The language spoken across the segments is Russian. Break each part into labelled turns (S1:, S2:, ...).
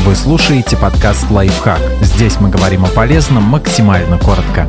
S1: Вы слушаете подкаст «Лайфхак». Здесь мы говорим о полезном максимально коротко.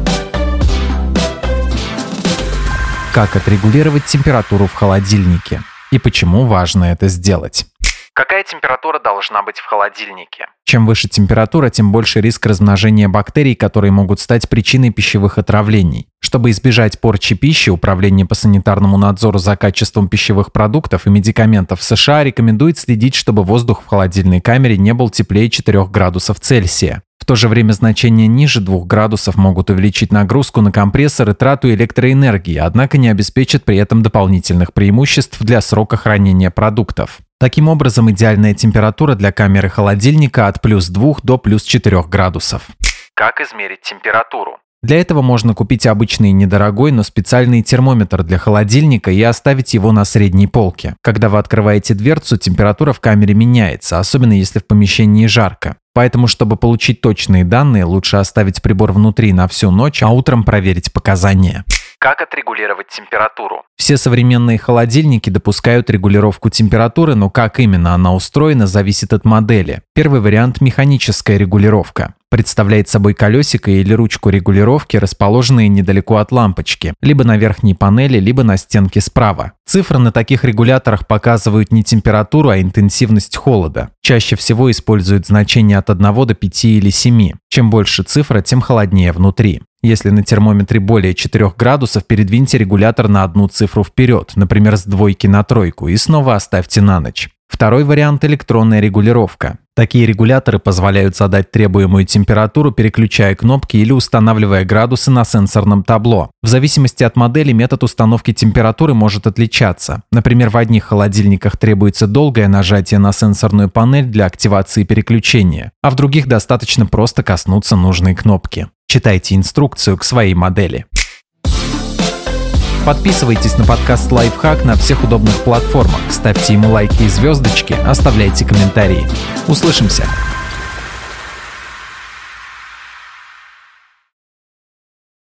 S1: Как отрегулировать температуру в холодильнике? И почему важно это сделать? Какая температура должна быть в холодильнике? Чем выше температура, тем больше риск размножения бактерий, которые могут стать причиной пищевых отравлений. Чтобы избежать порчи пищи, Управление по санитарному надзору за качеством пищевых продуктов и медикаментов в США рекомендует следить, чтобы воздух в холодильной камере не был теплее 4 градусов Цельсия. В то же время значения ниже 2 градусов могут увеличить нагрузку на компрессор и трату электроэнергии, однако не обеспечат при этом дополнительных преимуществ для срока хранения продуктов. Таким образом, идеальная температура для камеры холодильника от плюс 2 до плюс 4 градусов. Как измерить температуру? Для этого можно купить обычный недорогой, но специальный термометр для холодильника и оставить его на средней полке. Когда вы открываете дверцу, температура в камере меняется, особенно если в помещении жарко. Поэтому, чтобы получить точные данные, лучше оставить прибор внутри на всю ночь, а утром проверить показания. Как отрегулировать температуру? Все современные холодильники допускают регулировку температуры, но как именно она устроена, зависит от модели. Первый вариант – механическая регулировка. Представляет собой колесико или ручку регулировки, расположенные недалеко от лампочки, либо на верхней панели, либо на стенке справа. Цифры на таких регуляторах показывают не температуру, а интенсивность холода. Чаще всего используют значения от 1 до 5 или 7. Чем больше цифра, тем холоднее внутри. Если на термометре более 4 градусов, передвиньте регулятор на одну цифру вперед, например, с 2 на 3, и снова оставьте на ночь. Второй вариант – электронная регулировка. Такие регуляторы позволяют задать требуемую температуру, переключая кнопки или устанавливая градусы на сенсорном табло. В зависимости от модели метод установки температуры может отличаться. Например, в одних холодильниках требуется долгое нажатие на сенсорную панель для активации переключения, а в других достаточно просто коснуться нужной кнопки. Читайте инструкцию к своей модели. Подписывайтесь на подкаст «Лайфхак» на всех удобных платформах, ставьте ему лайки и звездочки, оставляйте комментарии. Услышимся!